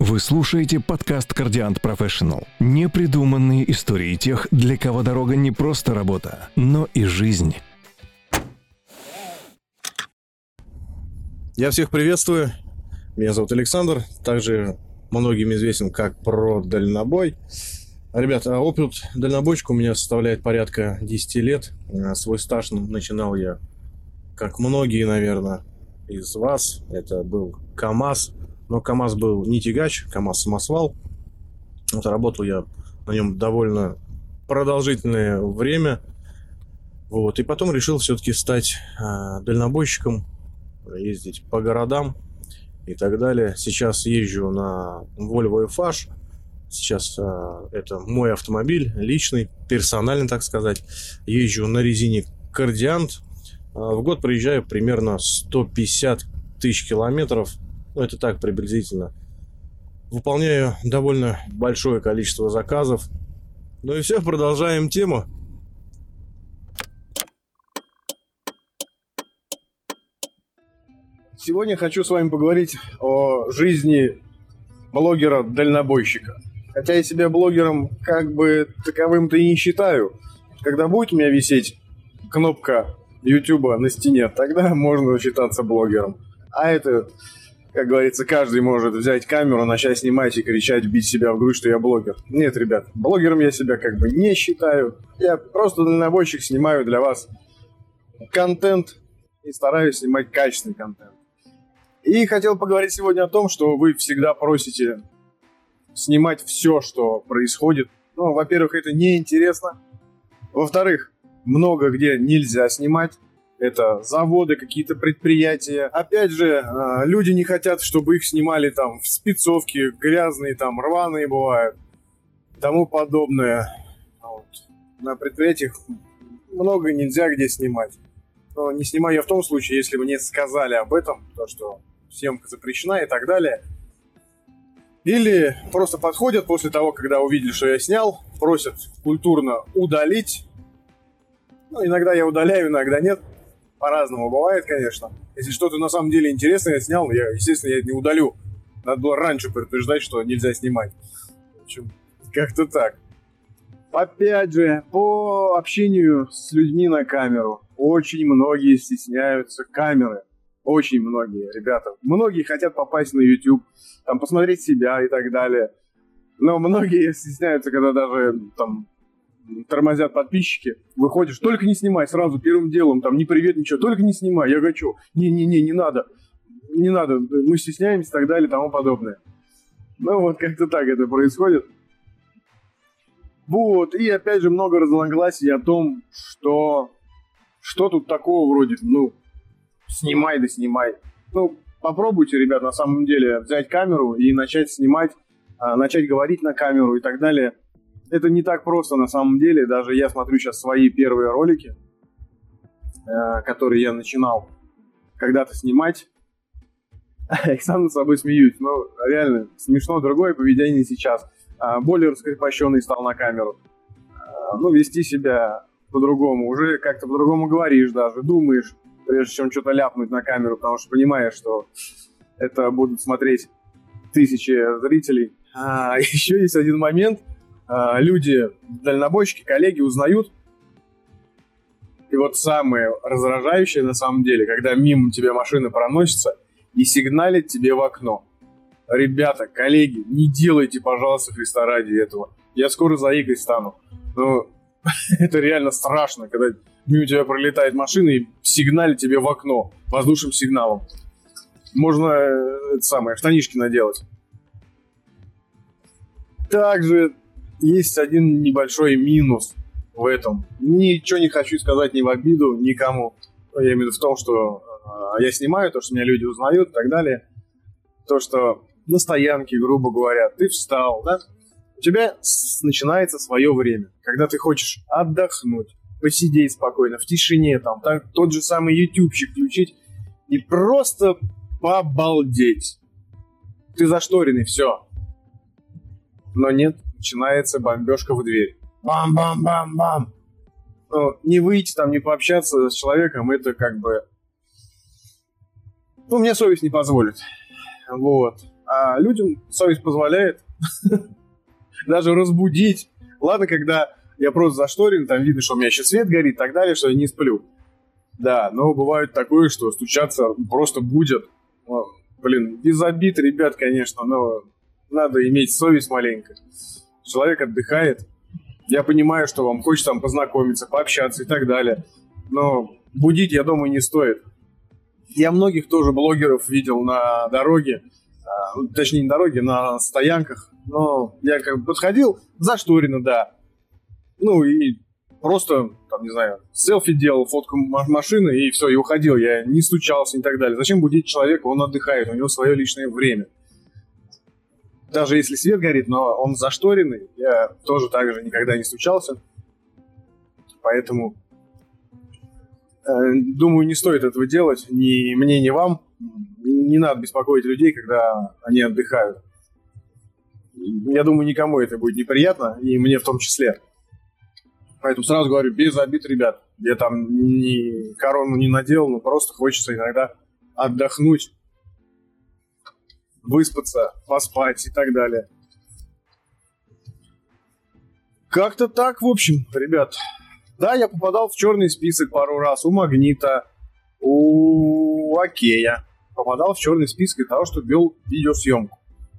Вы слушаете подкаст «Кардиант Профессионал». Непридуманные истории тех, для кого дорога не просто работа, но и жизнь. Я всех приветствую. Меня зовут Александр. Также многим известен как про дальнобой. Ребята, опыт дальнобойщика у меня составляет порядка 10 лет. Свой стаж начинал я, как многие, наверное, из вас. Это был КАМАЗ. Но КАМАЗ был не тягач, КАМАЗ самосвал. Вот, работал я на нем довольно продолжительное время. Вот, и потом решил все-таки стать дальнобойщиком, ездить по городам и так далее. Сейчас езжу на Volvo FH. Сейчас это мой автомобиль, личный, персональный, так сказать. Езжу на резине Кардиант. В год проезжаю примерно 150 тысяч километров. Ну, это так приблизительно. Выполняю довольно большое количество заказов. Ну и все, продолжаем тему. Сегодня хочу с вами поговорить о жизни блогера-дальнобойщика. Хотя я себя блогером как бы таковым-то и не считаю. Когда будет у меня висеть кнопка YouTube на стене, тогда можно считаться блогером. А это, как говорится, каждый может взять камеру, начать снимать и кричать, бить себя в грудь, что я блогер. Нет, ребят, блогером я себя как бы не считаю. Я просто дальнобойщик, снимаю для вас контент и стараюсь снимать качественный контент. И хотел поговорить сегодня о том, что вы всегда просите снимать все, что происходит. Ну, во-первых, это неинтересно. Во-вторых, много где нельзя снимать. Это заводы, какие-то предприятия. Опять же, люди не хотят, чтобы их снимали там в спецовке, грязные, там, рваные бывают, тому подобное. Вот. На предприятиях много нельзя где снимать. Но не снимаю я в том случае, если мне сказали об этом, то, что съемка запрещена и так далее. Или просто подходят после того, когда увидели, что я снял, просят культурно удалить. Ну, иногда я удаляю, иногда нет. По-разному бывает, конечно. Если что-то на самом деле интересное я снял, естественно, я это не удалю. Надо было раньше предупреждать, что нельзя снимать. В общем, как-то так. Опять же, по общению с людьми на камеру. Очень многие стесняются камеры. Очень многие, ребята. Многие хотят попасть на YouTube, там, посмотреть себя и так далее. Но многие стесняются, когда даже там тормозят подписчики. Выходишь, только не снимай сразу, первым делом, там, не привет, ничего, только не снимай. Я говорю, не надо, мы стесняемся и так далее, и тому подобное. Ну вот, как-то так это происходит. Вот, и опять же много разногласий о том, что тут такого вроде, снимай да снимай. Ну, попробуйте, ребят, на самом деле, взять камеру и начать снимать, начать говорить на камеру и так далее. Это не так просто на самом деле. Даже я смотрю сейчас свои первые ролики, которые я начинал когда-то снимать. И сам над собой смеюсь. Но реально смешно другое поведение сейчас. Более раскрепощенный стал на камеру. Вести себя по-другому. Уже как-то по-другому говоришь даже. Думаешь, прежде чем что-то ляпнуть на камеру, потому что понимаешь, что это будут смотреть тысячи зрителей. Еще есть один момент. Люди, дальнобойщики, коллеги узнают. И вот самое раздражающее на самом деле, когда мимо тебя машина проносится и сигналит тебе в окно. Ребята, коллеги, не делайте, пожалуйста, Христа ради этого. Я скоро заикой стану. Но это реально страшно, когда мимо тебя пролетает машина и сигналит тебе в окно воздушным сигналом. Можно штанишки наделать. Также есть один небольшой минус в этом. Ничего не хочу сказать ни в обиду никому. Я имею в виду в том, что я снимаю, то, что меня люди узнают и так далее. То, что на стоянке, грубо говоря, ты встал, да? У тебя начинается свое время, когда ты хочешь отдохнуть, посидеть спокойно, в тишине, там, тот же самый ютубчик включить и просто побалдеть. Ты зашторенный, все. Но нет, начинается бомбежка в дверь. Бам-бам-бам-бам. Не выйти там, не пообщаться с человеком, это как бы... мне совесть не позволит. Вот. А людям совесть позволяет даже разбудить. Ладно, когда я просто зашторен, там видно, что у меня еще свет горит и так далее, что я не сплю. Да, но бывает такое, что стучаться просто будет. Блин, без обид, ребят, конечно, но надо иметь совесть маленько. Человек отдыхает. Я понимаю, что вам хочется там познакомиться, пообщаться и так далее. Но будить, я думаю, не стоит. Я многих тоже блогеров видел на дороге. Точнее, не дороге, на стоянках. Но я как бы подходил, зашторено, да. Ну и просто, там, не знаю, селфи делал, фотку машины и все, и уходил. Я не стучался и так далее. Зачем будить человека? Он отдыхает, у него свое личное время. Даже если свет горит, но он зашторенный, я тоже так же никогда не стучался. Поэтому, думаю, не стоит этого делать ни мне, ни вам. Не надо беспокоить людей, когда они отдыхают. Я думаю, никому это будет неприятно, и мне в том числе. Поэтому сразу говорю, без обид, ребят. Я там ни корону не надел, но просто хочется иногда отдохнуть, выспаться, поспать и так далее. Как-то так, в общем, ребят. Да, я попадал в черный список пару раз у Магнита, у Окея. Попадал в черный список из-за того, что вел видеосъемку.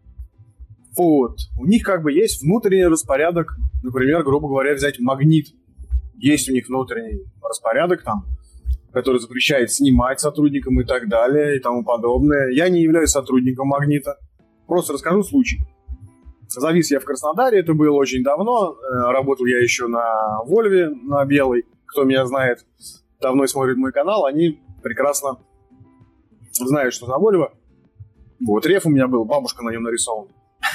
Вот. У них как бы есть внутренний распорядок. Например, грубо говоря, взять Магнит. Есть у них внутренний распорядок там, который запрещает снимать сотрудникам и так далее, и тому подобное. Я не являюсь сотрудником Магнита. Просто расскажу случай. Завис я в Краснодаре, это было очень давно. Работал я еще на Вольве, на белой. Кто меня знает, давно смотрит мой канал, они прекрасно знают, что на Вольво. Вот реф у меня был, бабушка на нем нарисована.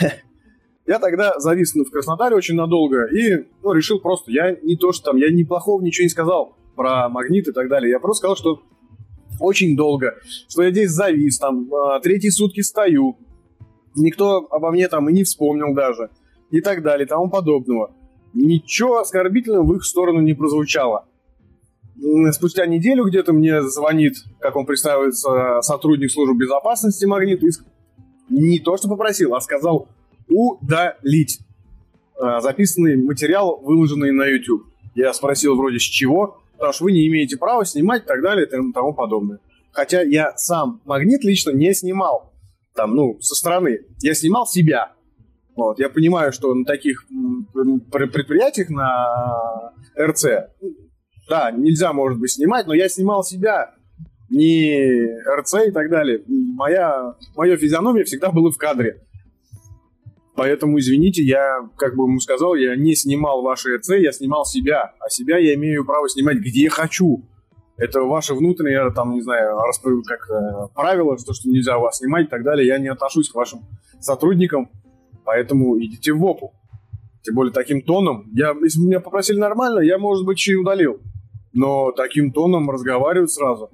Я тогда завис в Краснодаре очень надолго и решил просто, я не то, что там, я ни плохого ничего не сказал про Магнит и так далее. Я просто сказал, что очень долго, что я здесь завис, там, третьи сутки стою. Никто обо мне там и не вспомнил даже. И так далее, и тому подобного. Ничего оскорбительного в их сторону не прозвучало. Спустя неделю где-то мне звонит, как он представится, сотрудник службы безопасности Магнит. И не то, что попросил, а сказал удалить записанный материал, выложенный на YouTube. Я спросил вроде с чего, потому что вы не имеете права снимать и так далее и тому подобное. Хотя я сам Магнит лично не снимал. Там, со стороны. Я снимал себя. Вот. Я понимаю, что на таких предприятиях, на РЦ, да, нельзя, может быть, снимать, но я снимал себя, не РЦ и так далее. Моя физиономия всегда была в кадре. Поэтому, извините, я, как бы ему сказал, я не снимал ваши РЦ, я снимал себя. А себя я имею право снимать где хочу. Это ваше внутреннее, там, не знаю, правило, что нельзя вас снимать и так далее. Я не отношусь к вашим сотрудникам, поэтому идите в опу. Тем более таким тоном. Если бы меня попросили нормально, я, может быть, и удалил. Но таким тоном разговаривать сразу.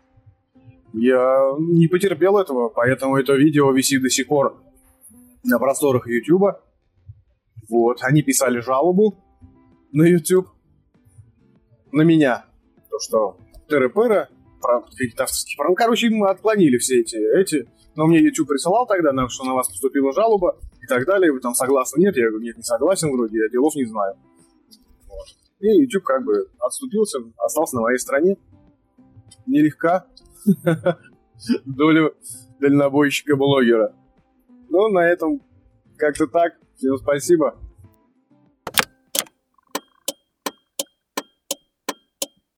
Я не потерпел этого, поэтому это видео висит до сих пор на просторах Ютуба. Вот, они писали жалобу на YouTube на меня. То, что тыры-пыры, какие-то авторские права. Короче, мы отклонили все эти. Но мне YouTube присылал тогда, что на вас поступила жалоба и так далее. Вы там согласны? Нет, я говорю, нет, не согласен вроде, я делов не знаю. Вот. И YouTube как бы отступился, остался на моей стороне. Нелегка доля дальнобойщика-блогера. Ну, на этом как-то так. Всем спасибо.